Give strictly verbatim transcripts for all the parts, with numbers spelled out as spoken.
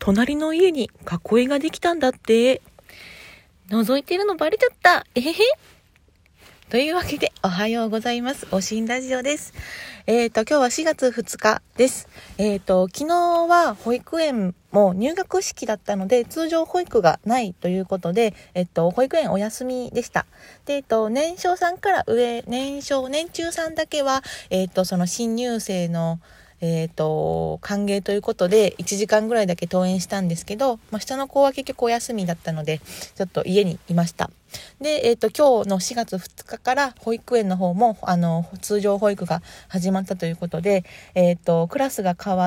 隣の家に囲いができたんだって。覗いてるのバレちゃった。えへへ。というわけで、おはようございます。おしんラジオです。えっと、今日はしがつふつかです。えっと、昨日は保育園も入学式だったので、通常保育がないということで、えっと、保育園お休みでした。で、えっと、年少さんから上、年少、年中さんだけは、えっと、その新入生のえーと、歓迎ということでいちじかんぐらいだけ登園したんですけど、まあ、下の子は結局お休みだったのでちょっと家にいました。で、えーと、今日のしがつふつかから保育園の方もあの通常保育が始まったということで、えーと、クラスが変わって、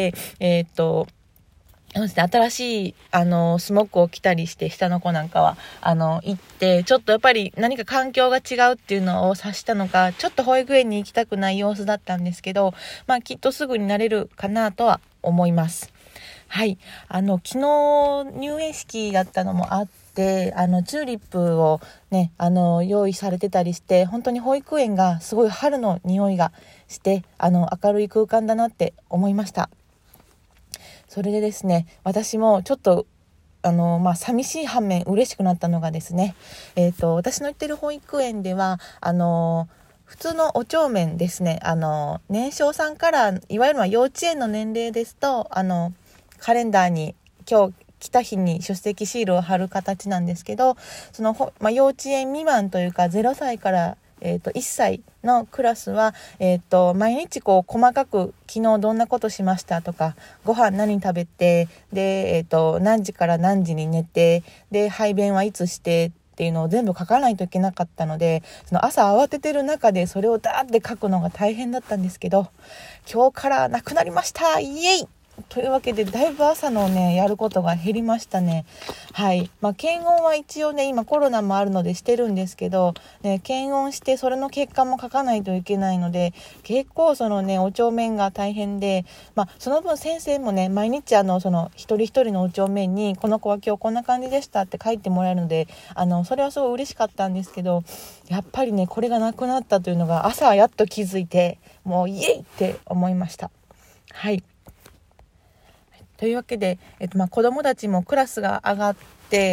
えーと新しいあのスモッグを着たりして下の子なんかはあの行ってちょっとやっぱり何か環境が違うっていうのを察したのかちょっと保育園に行きたくない様子だったんですけど、まあきっとすぐになれるかなとは思います。はい、あの昨日入園式だったのもあってあのチューリップをねあの用意されてたりして本当に保育園がすごい春の匂いがしてあの明るい空間だなって思いました。それでですね、私もちょっとあの、まあ、寂しい反面嬉しくなったのがですね、えーと、私の行ってる保育園ではあの普通のお帳面ですね、あの年少さんからいわゆる幼稚園の年齢ですとあのカレンダーに今日来た日に出席シールを貼る形なんですけど、その、まあ、幼稚園未満というかゼロさいからえー、といっさいのクラスは、えー、と毎日こう細かく昨日どんなことしましたとかご飯何食べてで、えー、と何時から何時に寝てで排便はいつしてっていうのを全部書かないといけなかったので、その朝慌ててる中でそれをダーって書くのが大変だったんですけど、今日からなくなりました。イエイというわけでだいぶ朝のねやることが減りましたね。はい、まあ、検温は一応ね今コロナもあるのでしてるんですけど、ね、検温してそれの結果も書かないといけないので結構そのねお帳面が大変で、まあ、その分先生もね毎日あのその一人一人のお帳面にこの子は今日こんな感じでしたって書いてもらえるのであのそれはすごい嬉しかったんですけど、やっぱりねこれがなくなったというのが朝やっと気づいてもうイエイって思いました。はい、というわけで、えっと、まあ子どもたちもクラスが上がって、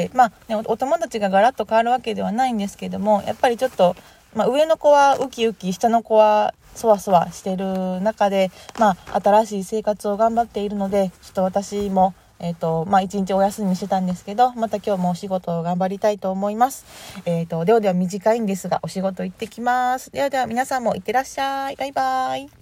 まあね、お友達がガラッと変わるわけではないんですけども、やっぱりちょっと、まあ、上の子はウキウキ下の子はそわそわしてる中で、まあ、新しい生活を頑張っているのでちょっと私もえーとまあ、一日お休みしてたんですけど、また今日もお仕事を頑張りたいと思います。えーとではでは短いんですがお仕事行ってきます。ではでは皆さんもいってらっしゃい。バイバイ。